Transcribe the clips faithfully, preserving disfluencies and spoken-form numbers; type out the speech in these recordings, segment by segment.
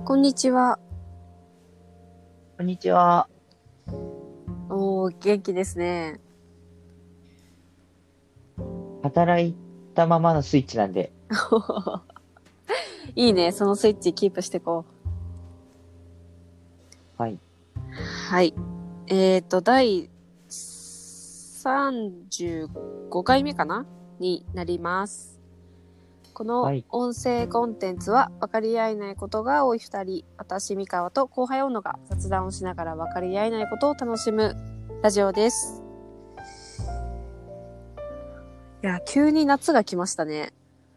こんにちは。 こんにちは。 おー、元気ですね。 働いたままのスイッチなんで。 いいね、そのスイッチキープしてこはい。 う。はい。えっと、第さんじゅうごかいめかなになります。このはい。 音声コンテンツは分かり合えないことが多いふたり、私、三河と後輩小野が雑談をしながら分かり合えないことを楽しむラジオです。いや、急に夏が来ましたね。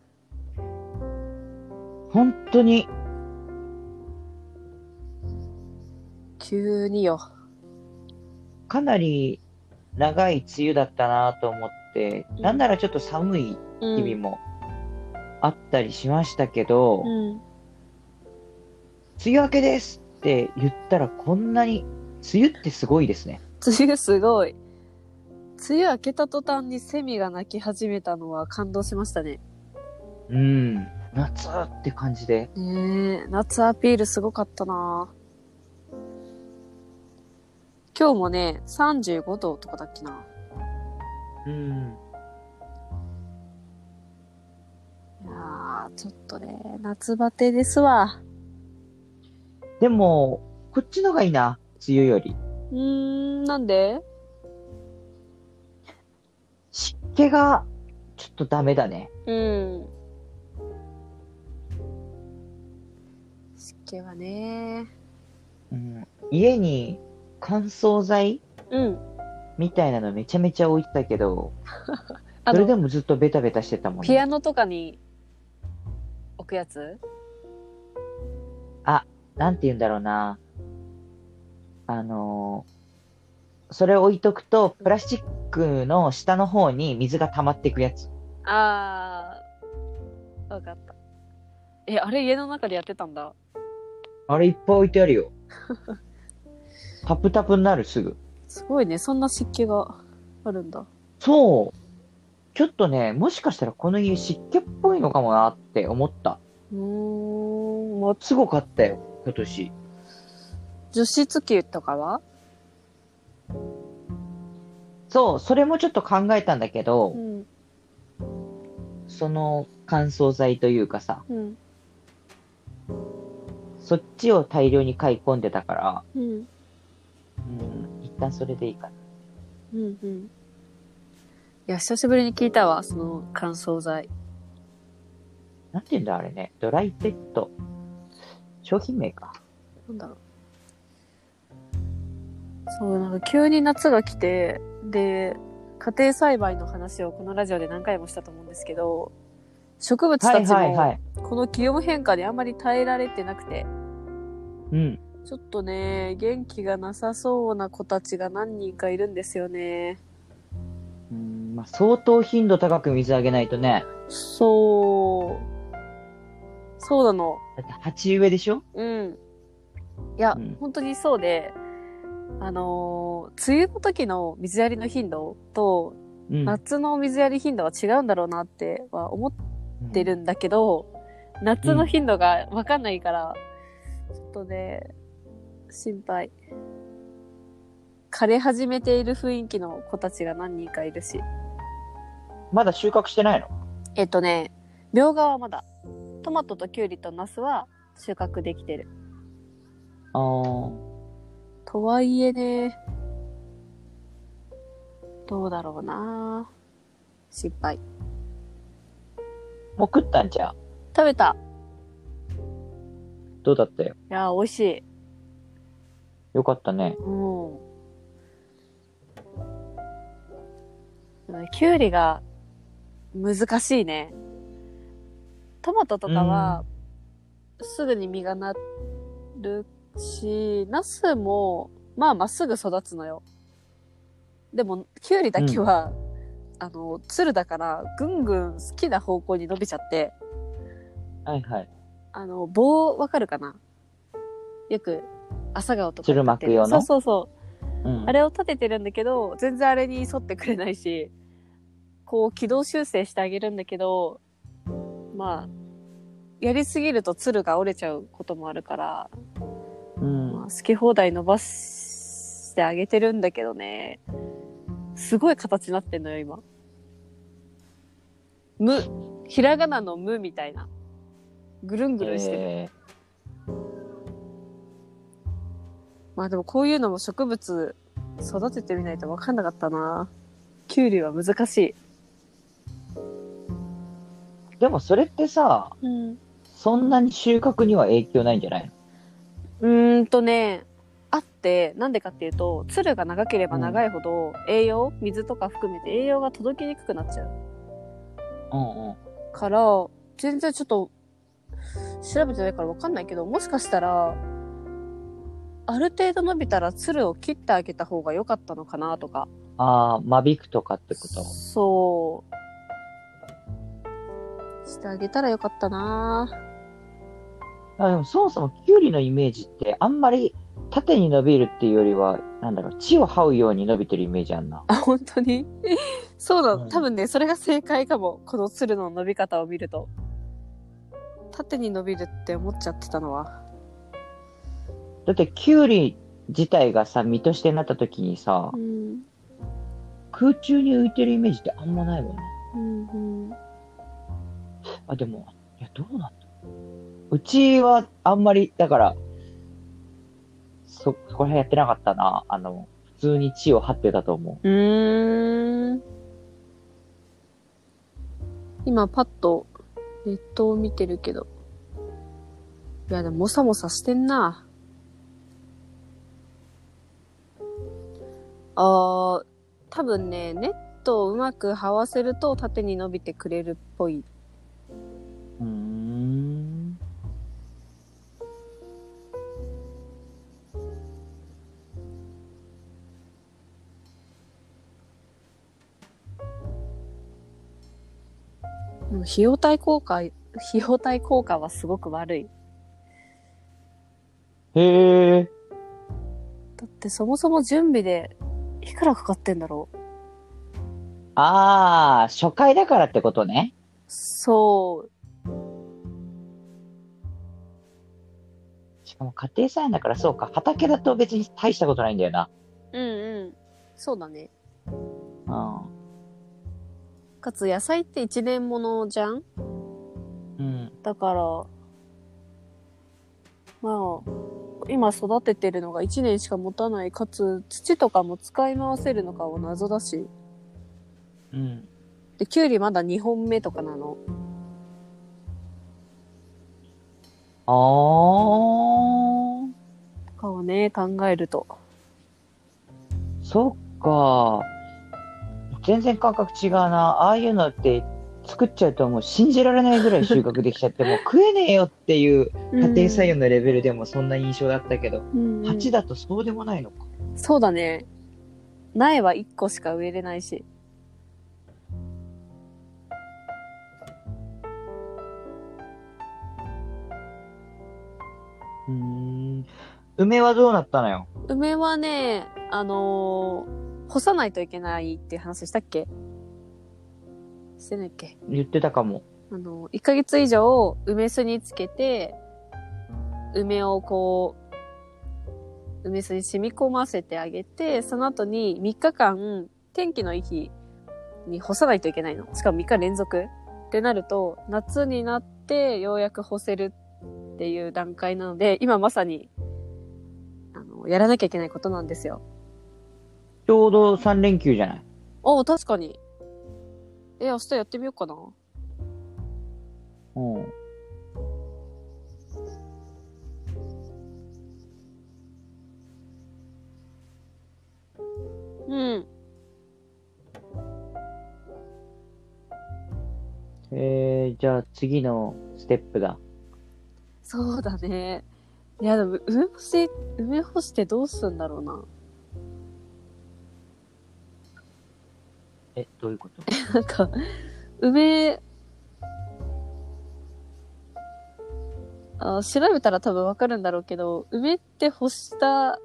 本当に、 急によ。 かなり長い梅雨だったなと思って、 うんなんならちょっと寒いうん。 日々もあったりしましたけど、 うん。 梅雨明けですって言ったらこんなに、梅雨ってすごいですね。 梅雨すごい。梅雨明けた途端にセミが鳴き始めたのは感動しましたね。 うん。夏って感じで。 ねえ、夏アピールすごかったな。今日もね、さんじゅうごどとかだっけな。 うん。 いやー、ちょっとね、夏バテですわ。 でも、こっちのがいいな。梅雨より。 うーん、なんで？ 湿気がちょっとダメだね。 うん。湿気はね。 うん、家に乾燥剤うん。 みたいなのめちゃめちゃ置いてたけど、 あの、 それでもずっとベタベタしてたもんね。 ピアノとかに置くやつ？ あ、なんて言うんだろうな。あのーそれ置いとくと、プラスチックの下の方に水が溜まっていくやつ。 あー、わかった。え、あれ家の中でやってたんだ。 あれいっぱい置いてあるよ。タプタプになるすぐ。 すごいね、そんな湿気があるんだ。 そう。ちょっとね、もしかしたらこの家湿気っぽいのかもなって思った。 うーん、もう、 すごかったよ、今年。 除湿機とかは？ そう、それもちょっと考えたんだけど、 うん、 その乾燥剤というかさ、 うん、 そっちを大量に買い込んでたから、 うん、 うん、一旦それでいいかな。 うん、うん。いや、久しぶりに聞いたわ、その乾燥剤。 なんて言うんだ、あれね。ドライペット。商品名か。 なんだろう。そう、なんか急に夏が来て、で、家庭栽培の話をこのラジオで何回もしたと思うんですけど、植物はいたちも、 はいはい。 この気温変化であんまり耐えられてなくて、 うん。 ちょっとね、元気がなさそうな子たちが何人かいるんですよね。 うん、まあ、相当頻度高く水あげないとね。 そう、そうなの。 だって鉢植えでしょ？ うん。いや、 うん。 本当にそうで、あのー、梅雨の時の水やりの頻度と、 うん。 夏の水やり頻度は違うんだろうなっては思ってうん。 るんだけど、夏のうん。 頻度がわかんないから、ちょっとね、心配。枯れ始めている雰囲気の子たちが何人かいるし。 まだ収穫してないの？ えっとね、みょうがはまだ、トマトとキュウリとナスは収穫できてる。 あー。 とはいえね、どうだろうな。心配。 もう食ったんじゃ。 食べた。 どうだったよ。 いやー、美味しい。 よかったね。 うん。キュウリが難しいね。トマトとうかはん。 すぐに実がなるし、ナスもまあまっすぐ育つのよ。でもキュウリだうん。 けはあのつるだからぐんぐん好きな方向に伸びちゃって、 はいはい。 あの棒わかるかな？よく朝顔とかつるに立ってる。そうまく用の。 そうそう。 うん。 あれを立ててるんだけど、全然あれに沿ってくれないし、こう軌道修正してあげるんだけど、まあやりすぎるとツルが折れちゃうこともあるから、 うんまあ、好き放題伸ばしてあげてるんだけどね。すごい形になってんのよ、今。む、ひらがなのむみたいな。ぐるんぐるんしてる。 えまあでもこういうのも植物育ててみないと分かんなかったな。キュウリは難しい。 ー、でもそれってさ、 うん。 そんなに収穫には影響ないんじゃないの？ うーんとね、あって、なんでかっていうと、つるが長ければ長いほど、栄養、水とか含めて栄養が届きにくくなっちゃう。 うんうん。 から、全然ちょっと、調べてないから分かんないけど、もしかしたら、ある程度伸びたらつるを切ってあげた方が良かったのかなとか。 ああ、間引くとかってこと？ そう。してあげたらよかったな。 あ、でもそもそもキュウリのイメージってあんまり縦に伸びるっていうよりは、なんだろう、地を這うように伸びてるイメージあんな。 あ、本当にそうだ、 うん、 多分ね、それが正解かも。このつるの伸び方を見ると。縦に伸びるって思っちゃってたのは。 だってキュウリ自体がさ、実としてなった時にさ、 うん。 空中に浮いてるイメージってあんまないもんね。 うんうん。 あ、でも、いや、どうなんだ。うちはあんまり、だから、そ、そこら辺やってなかったな。あの、普通に地を張ってたと思うーん。今パッとネットを見てるけど。いやでももさもさしてんな。あー、多分ね、ネットをうまく這わせると縦に伸びてくれるっぽい。 う。うーん。 でも費用対効果、費用対効果はすごく悪い。 へえ。 だってそもそも準備でいくらかかってんだろう。 ああ、初回だからってことね。 そう。 しかも家庭菜園だからそうか。畑だと別に大したことないんだよな。 うんうん。そうだね。 うん。 かつ野菜って一年ものじゃん？ うん。 だから、まあ、今育ててるのが一年しか持たない。かつ、土とかも使い回せるのかは謎だし。 うん。 で、キュウリまだにほんめとかなの。 あー。 とかをね、考えると。 そっか。全然感覚違うな。ああいうのって作っちゃうともう信じられないぐらい収穫できちゃって、もう食えねえよっていう家庭菜園のレベルでもそんな印象だったけど、 うんうん、 はちだとそうでもないのか。 そうだね。苗はいっこしか植えれないし。 うーん。梅はどうなったのよ。 梅はね、あのー、干さないといけないっていう話したっけ？してないっけ？ 言ってたかも。 あのー、いっかげつ以上梅酢につけて、梅をこう、梅酢に染み込ませてあげて、その後にみっかかん天気のいい日に干さないといけないの。しかもみっか連続ってなると、夏になってようやく干せるっていう段階なので、今まさに、あの、やらなきゃいけないことなんですよ。 ちょうどさん連休じゃない。 ああ、確かに。え、明日やってみようかな。 うん。 うん。 えー、じゃあ次のステップだ。 そうだね。いや、でも、梅干し、梅干してどうすんだろうな。 え、どういうこと？ なんか、梅、あ、調べたら多分わかるんだろうけど、梅って干した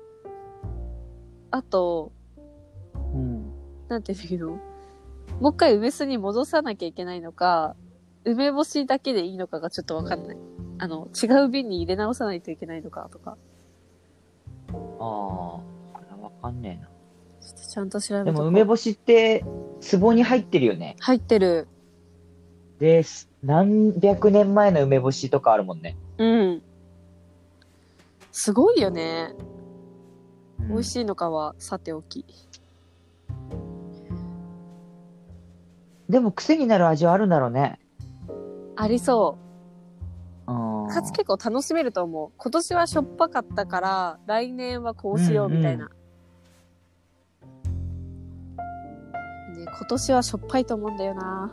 後、 うん。 なんていうの？もう一回梅酢に戻さなきゃいけないのか、 梅干しだけでいいのかがちょっとわかんない。あの、違う瓶に入れ直さないといけないのかとか。 ああ、これわかんねえな。 ちょっとちゃんと調べでとこう。 も梅干しって、壺に入ってるよね。 入ってる。 で、何百年前の梅干しとかあるもんね。 うん。すごいよね。 うん美味しいのかはさておき。 でも癖になる味はあるんだろうね。 ありそうん。 う。かつ結構楽しめると思う。今年はしょっぱかったから、来年はこうしようみたいな。ね、今年はしょっぱいと思うんだよな。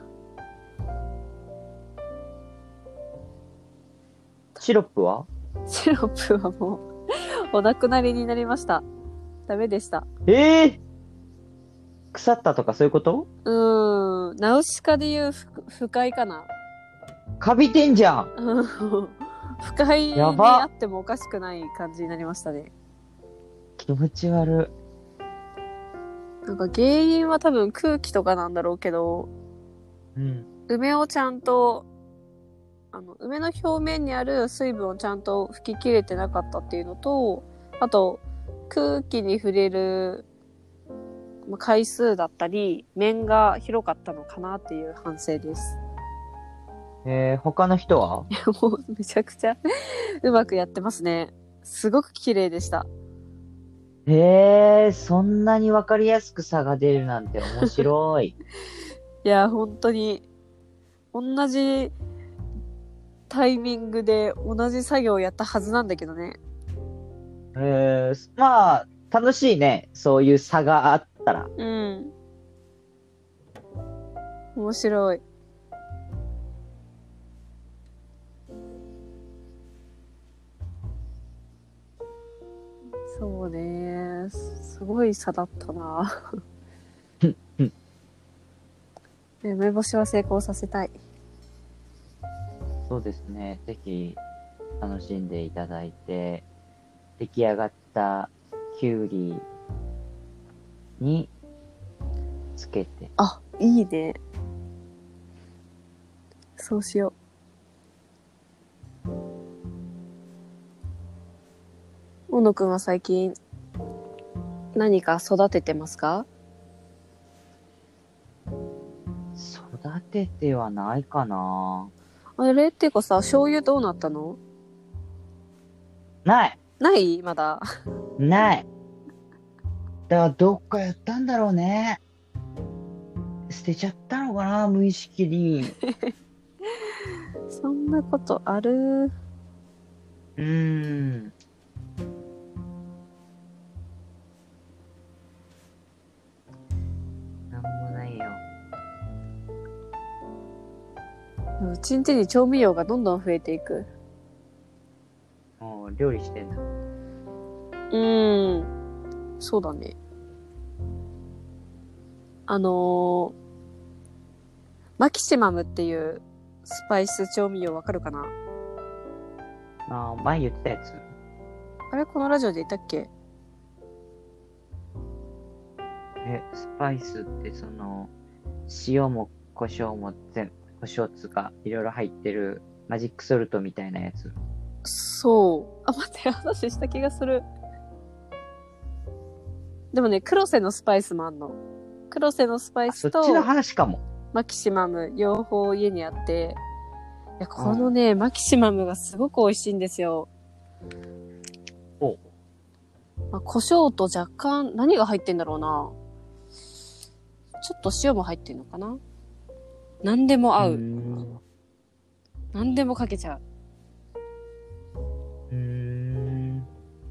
シロップはシロップはもう、お亡くなりになりました。ダメでした。 ええー、腐ったとかそういうこと？ うーん。ナウシカで言うふ不快かな。 カビてんじゃん。 うん不快にやばあってもおかしくない感じになりましたね。 気持ち悪い。 なんか原因は多分空気とかなんだろうけど、 うん。 梅をちゃんと、あの、梅の表面にある水分をちゃんと吹き切れてなかったっていうのと、あと、空気に触れるまあ回数だったり、面が広かったのかなっていう反省です。 えー、他の人は？ もうめちゃくちゃうまくやってますね。すごく綺麗でした。 えー、そんなにわかりやすく差が出るなんて面白い。 いや、本当に、同じタイミングで同じ作業をやったはずなんだけどね。 えー、まあ、楽しいね。そういう差があったら。 うん。面白い。そうね。すごい差だったな。梅干しは成功させたい。 そうですね。ぜひ、楽しんでいただいて、出来上がったきゅうりにつけて。 あ、いいね。そうしよう。小野くんは最近何か育ててますか？ 育ててはないかな。 あれっていうかさ、醤油どうなったの？ ないないまだ。 ないだからどっかやったんだろうね。捨てちゃったのかな、無意識に。 そんなことある？ うーん。なんもないよ。 うちんちに調味料がどんどん増えていく。 もう料理してんだ。 うーん。そうだね。あのー、マキシマムっていうスパイス調味料わかるかな？ あー、前言ってたやつ。 あれこのラジオで言ったっけ？ え、スパイスってその、塩も胡椒も全、胡椒つか、いろいろ入ってるマジックソルトみたいなやつ。 そう。あ、待って、話した気がする。でもね、黒瀬のスパイスもあんの。黒瀬のスパイあ、そスっちのと話かも。 マキシマム両方家にあって、いやこのね、マキシマムがすごく美味しいんですよ。 おまあ、胡椒と若干、何が入ってんだろうな。ちょっと塩も入ってんのかな。何でも合う。 うーん。 何でもかけちゃう。 うーん。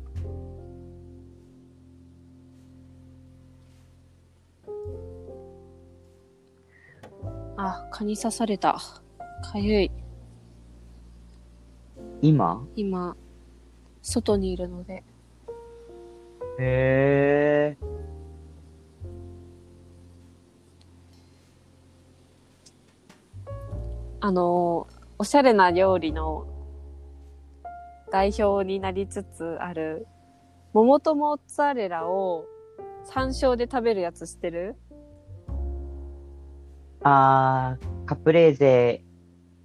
あ、蚊に刺された。かゆい。 今？ 今、外にいるので。 へー。 あの、おしゃれな料理の代表になりつつある、桃とモッツァレラを山椒で食べるやつ知ってる？ あー、カプレーゼ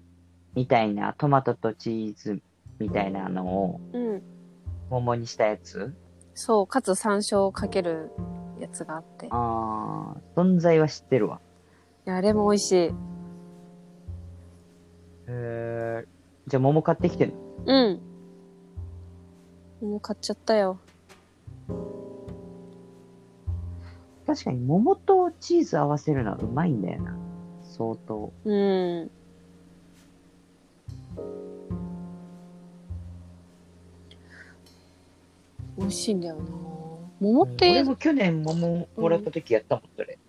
みたいな、トマトとチーズみたいなのをうん。 桃にしたやつ。 そう、かつ山椒をかけるやつがあって。いあー、存在は知ってるわ。 や、あれも美味しい。 へー。じゃあ桃買ってきてる。 うん。もう買っちゃったよ。 確かに桃とチーズ合わせるのはうまいんだよな。相当。 うん。美味しいんだよな。桃っうんて、 俺も去年桃もらった時やったもん、それ。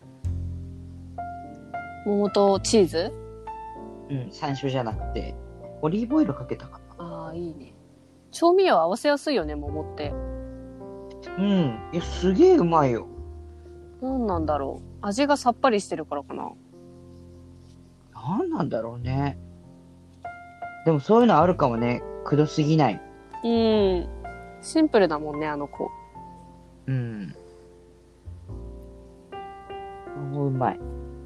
桃とチーズ。 うん、山椒じゃなくて、オリーブオイルかけたかな。 ああ、いいね。調味料合わせやすいよね、桃って。 うん。いや、すげえうまいよ。 なんなんだろう。味がさっぱりしてるからかな。 なんなんだろうね。でもそういうのあるかもね。くどすぎない。 うん。シンプルだもんね、あの子。 うん。もううまい。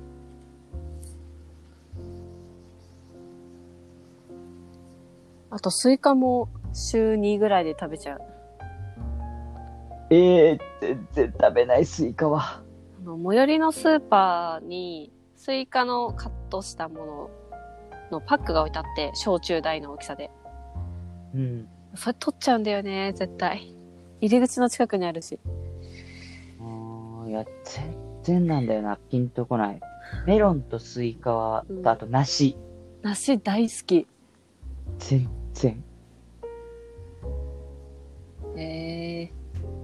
あと、スイカも週にぐらいで食べちゃう。 ええー、全然食べないスイカは。 あの、最寄りのスーパーに、スイカのカットしたもののパックが置いてあって、小中大の大きさで。 うん。 それ取っちゃうんだよね、絶対。入り口の近くにあるし。 ああ、いや、全然なんだよな。ピンとこない。メロンとスイカは、 うんあと梨。 梨大好き。 全然。 へえ。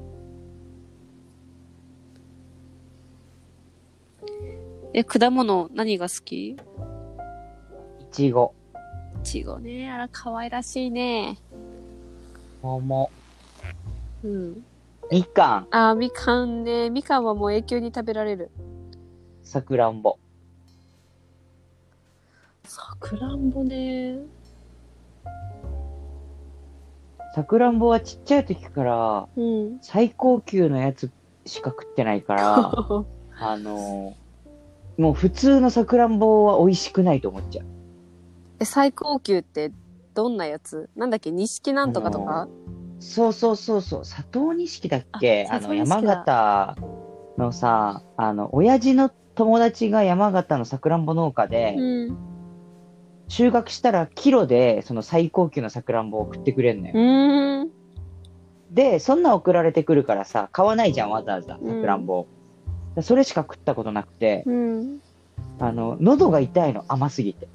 え、果物何が好き？ いちご、 いちごね。あら、可愛らしいね。 桃、 うん。 みかん、 あー、みかんね。みかんはもう永久に食べられる。 さくらんぼ。 さくらんぼね。 さくらんぼはちっちゃい時からうん。 最高級のやつしか食ってないから、あのーもう普通のさくらんぼは美味しくないと思っちゃう。 え、最高級ってどんなやつ？なんだっけ？錦なんとかとか？ あのーそうそうそうそう、佐藤錦だっけ？あの、 あ佐藤山錦だ。 形のさ、あの、親父の友達が山形のさくらんぼ農家で、 うん。 収穫したらキロでその最高級のさくらんぼを送ってくれんのうよ。 ーん。 で、そんな送られてくるからさ、買わないじゃん、わざわざ、さくらんうん。 ぼ。それしか食ったことなくて、 うん。 あの、喉が痛いの、甘すぎて。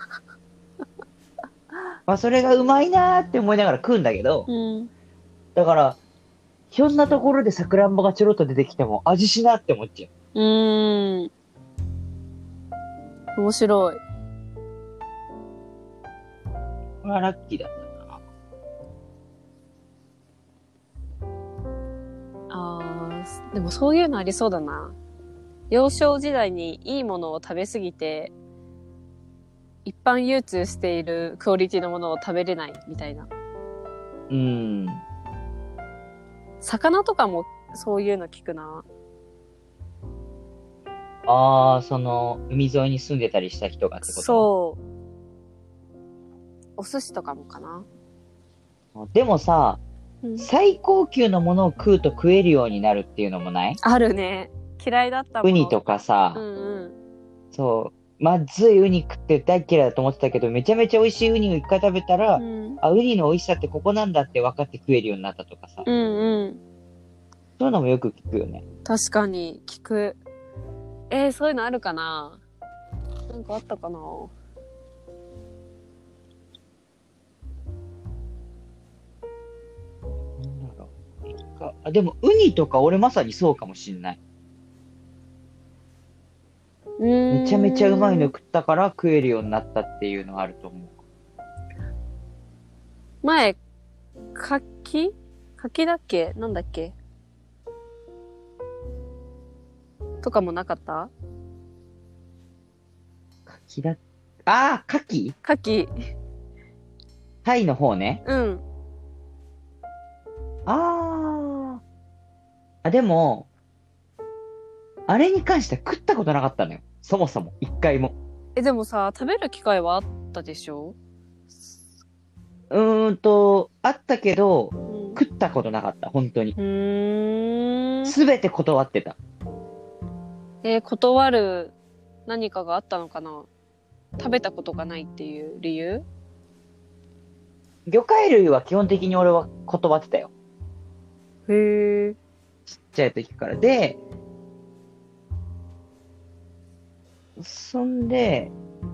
まあ、それがうまいなーって思いながら食うんだけど、 うん。 だから、ひょんなところでさくらんぼがちょろっと出てきても味しなって思っちゃう。 うーん。面白い。 これはラッキーだったな。 あー、でもそういうのありそうだな。幼少時代にいいものを食べ過ぎて、一般流通しているクオリティのものを食べれないみたいな。 うーん。 魚とかもそういうの聞くな。 ああ、その、海沿いに住んでたりした人がってこと？ そう。お寿司とかもかな。 でもさ、 うん、 最高級のものを食うと食えるようになるっていうのもない？ あるね。嫌いだったもの。 ウニとかさ、 うんうん。 そう、まずいウニ食って大嫌いだと思ってたけど、めちゃめちゃ美味しいウニを一回食べたら、 うん、 あ、ウニの美味しさってここなんだって分かって食えるようになったとかさ、 うんうん。 そういうのもよく聞くよね。 確かに聞く。えー、そういうのあるかな？なんかあったかな？ なんだろう。かあ、でもウニとか俺まさにそうかもしんない。 うーん。 めちゃめちゃうまいの食ったから食えるようになったっていうのはあると思う。 前、柿柿だっけ？なんだっけとかもなかった？ 柿だ、ああ、牡蠣柿。 タイの方ね。 うん。 ああ。あ、でも、あれに関しては食ったことなかったのよ。そもそも、一回も。 え、でもさ、食べる機会はあったでしょ？ うーんと、あったけど、 うん。 食ったことなかった、本当に。 うーん。 すべて断ってた。 えー断る何かがあったのかな？食べたことがないっていう理由？ 魚介類は基本的に俺は断ってたよ。 へえ。 ちっちゃい時から。で、そんで、 うん。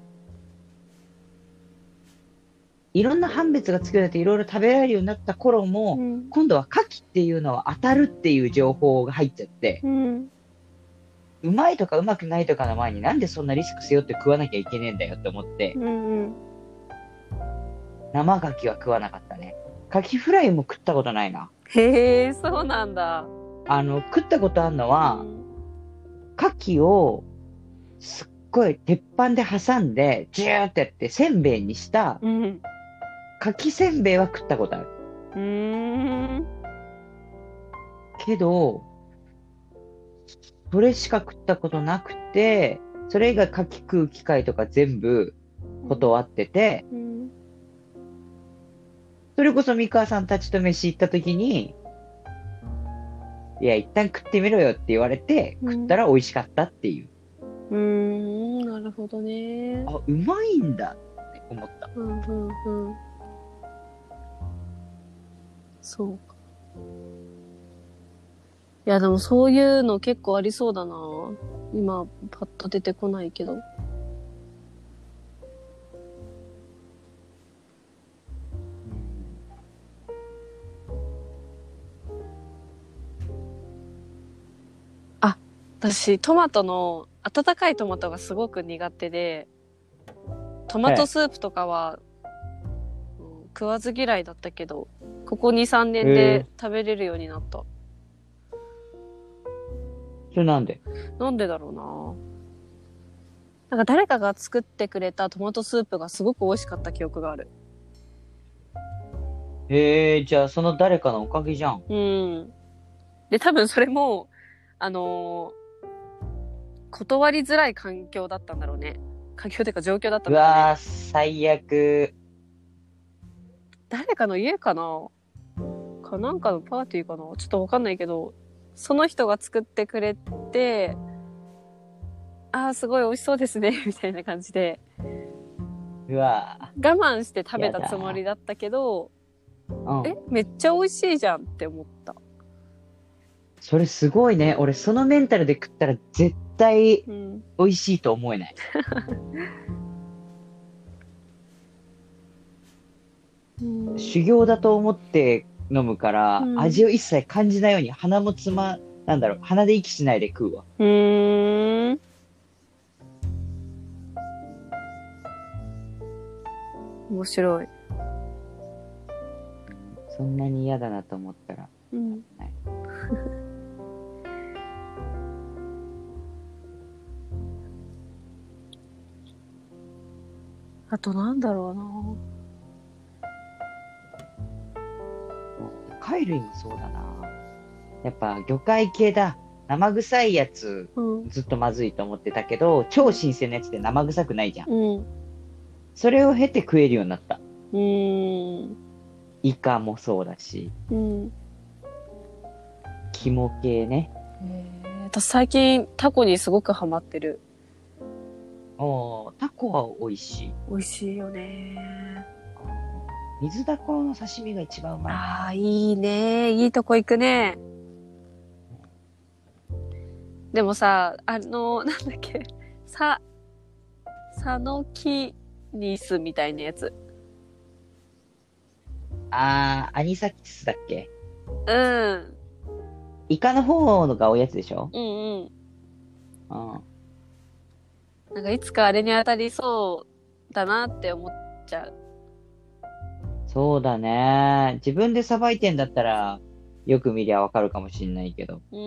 いろんな判別がつくようになっていろいろ食べられるようになった頃も、 うん。 今度は牡蠣っていうのは当たるっていう情報が入っちゃって、 うん。 うまいとかうまくないとかの前になんでそんなリスク背負って食わなきゃいけねえんだよって思って、 うん。うん。 生牡蠣は食わなかったね。牡蠣フライも食ったことないな。 へえ、そうなんだ。 あの、食ったことあるのは、 うん。 牡蠣をすっごい鉄板で挟んで、ジューってやってせんべいにしたうん。 牡蠣せんべいは食ったことある。 うーん。 けど、それしか食ったことなくて、それ以外牡蠣食う機会とか全部断ってて、 うん。 それこそ三河さんたちと飯行った時に、いや、一旦食ってみろよって言われて、 うん。 食ったら美味しかったっていう。 うーん、なるほどね。 あ、うまいんだって思った。 うん、うん、うん。そうか。いや、でもそういうの結構ありそうだな。今、パッと出てこないけど。 うん、 あ、私、トマトの、温かいトマトがすごく苦手で、トマはい。 トスープとかは、うん、食わず嫌いだったけど、ここに、さんねんでえー、 食べれるようになった。 それなんで？ なんでだろうな。なんか誰かが作ってくれたトマトスープがすごく美味しかった記憶がある。 えー、じゃあその誰かのおかげじゃん。 うん。で、多分それも、あのー断りづらい環境だったんだろうね。環境というか状況だったんだろうね。 うわー、最悪。 誰かの家かなかなんかのパーティーかなちょっとわかんないけど、その人が作ってくれて、あーすごい美味しそうですね、みたいな感じで、 うわ我慢して食ー、 べたつもやだりだったけど、 ー。 え、 うん。 めっちゃ美味しいじゃんって思った。 それすごいね。俺そのメンタルで食ったら絶対うん。 美味しいと思えない。 うん。 修行だと思って飲むかうら、味ん。 を一切感じないように鼻もつま、なんだろう、鼻で息しないで食うわ。 うーん。面白い。 うん、そんなに嫌だなと思ったら、 うん。 ない。 あとなんだろ貝類もそうだな。やっぱ魚介系だ。生臭いやつ、 うな。うん。 ずっとまずいと思ってたけど、超新鮮なやつで生臭くないじゃん。 うん。 それを経て食えるようになった。 うーん。 イカもそうだし、 うん。 肝系ね。 へー私最近タコにすごくハマってる。 おー、タコは美味しい。 美味しいよね。 あー、水だこの刺身が一番うまいな。 ああ、いいね。いいとこ行くね。でもさ、あの、なんだっけ。さ、サノキニスみたいなやつ。 あー、アニサキスだっけ？ うん。 イカの方のがおやつでしょ？ うんうん。 うん。 なんかいつかあれに当たりそうだなって思っちゃう。 そうだね。自分でさばいてんだったら、よく見りゃわかるかもしんないけど。 うん。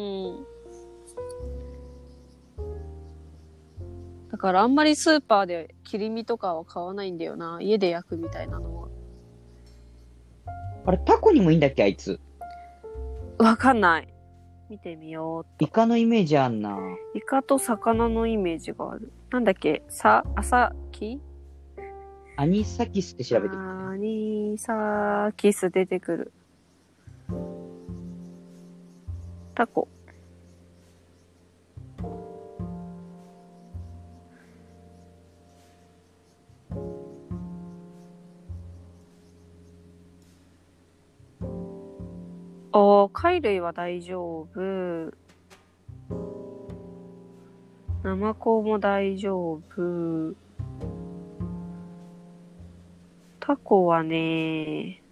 だからあんまりスーパーで切り身とかは買わないんだよな。家で焼くみたいなのは。 あれ、タコにもいいんだっけ、あいつ。 わかんない。見てみようっイと。 カのイメージあんな。 イカと魚のイメージがある。なんだっけさ、朝木アニサキスって調べてみて。 アニサキス出てくる。タコ。ああ、貝類は大丈夫。ナマコも大丈夫。タコはね、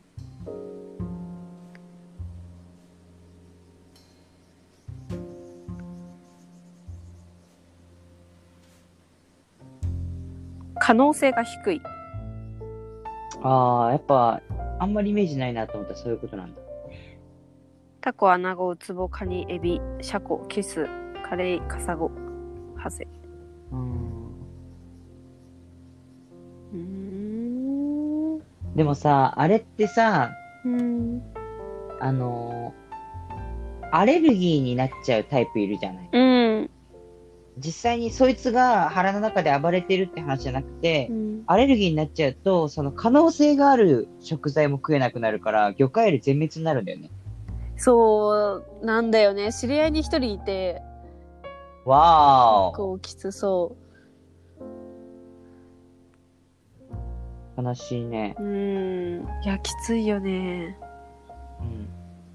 可能性が低い。 ああ、やっぱ、あんまりイメージないなと思ったらそういうことなんだ。 タコ、アナゴ、ウツボ、カニ、エビ、シャコ、キス、カレイ、カサゴ、ハゼ。 うーん。 うーん。 でもさ、あれってさ、 うん。 あのーアレルギーになっちゃうタイプいるじゃない。 うん。 実際にそいつが腹の中で暴れてるって話じゃなくて、 うん。 アレルギーになっちゃうと、その可能性がある食材も食えなくなるから、魚介類全滅になるんだよね。 そうなんだよね。知り合いに一人いて、 わーこうきつそお。悲しいね。 う。うん。いや、きついよね。 うん。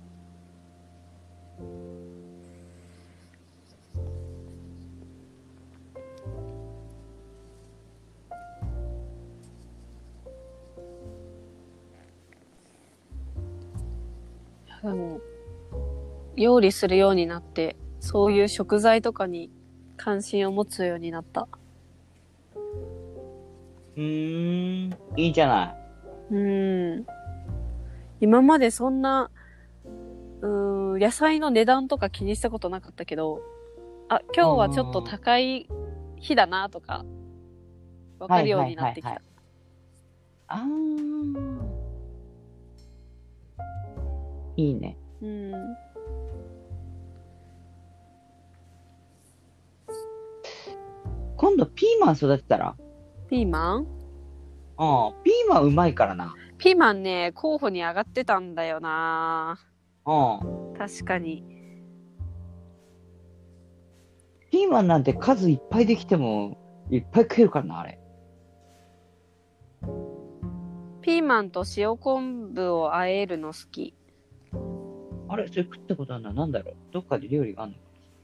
でも、料理するようになって、そういう食材とかに関心を持つようになった。 うーん、いいじゃない。 うん。今までそんな、うーん、野菜の値段とか気にしたことなかったけど、あ、今日はちょっと高い日だなとか、わかるようになってきた。 はいはいはいはい、あー。いいね。 うん。 今度ピーマン育てたら？ ピーマン？ うん、ピーマンうまいからな。 ピーマンね、候補に上がってたんだよな。 うん。 確かに。 ピーマンなんて数いっぱいできても、いっぱい食えるからな、あれ。 ピーマンと塩昆布を和えるの好き。 あれそれ食ったことあるのはなんだろう、どっかで料理があるの？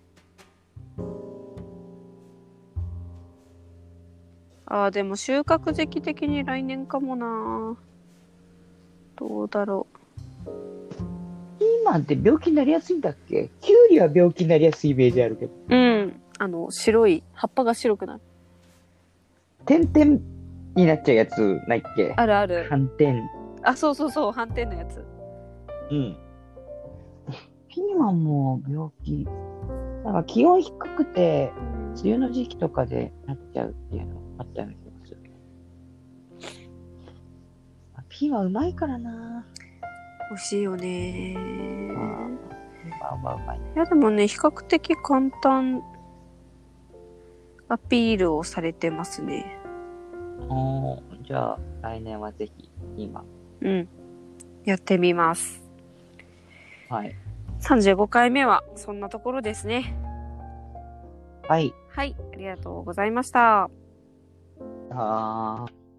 あー、でも収穫時期的に来年かもな。どうだろピーマンって病気になりやすいんだっけ？キュウリは病気になりやすいイメージあるけど。 う。うん。あの、白い、葉っぱが白くなる。 点々になっちゃうやつないっけ？ あるある。 斑点。 あ、そうそうそう、斑点のやつ。 うん。ピーマンも病気。なんか気温低くて、梅雨の時期とかでなっちゃうっていうのあったような気がする。ピーマンうまいからな。 美味しいよね。 あー、ピーマンはうまい。 いやでもね、比較的簡単アピールをされてますね。 おー、じゃあ来年はぜひピーマン。 うん。やってみます。 はい。 さんじゅうごかいめはそんなところですね。 はい。 はい、ありがとうございました。 あー。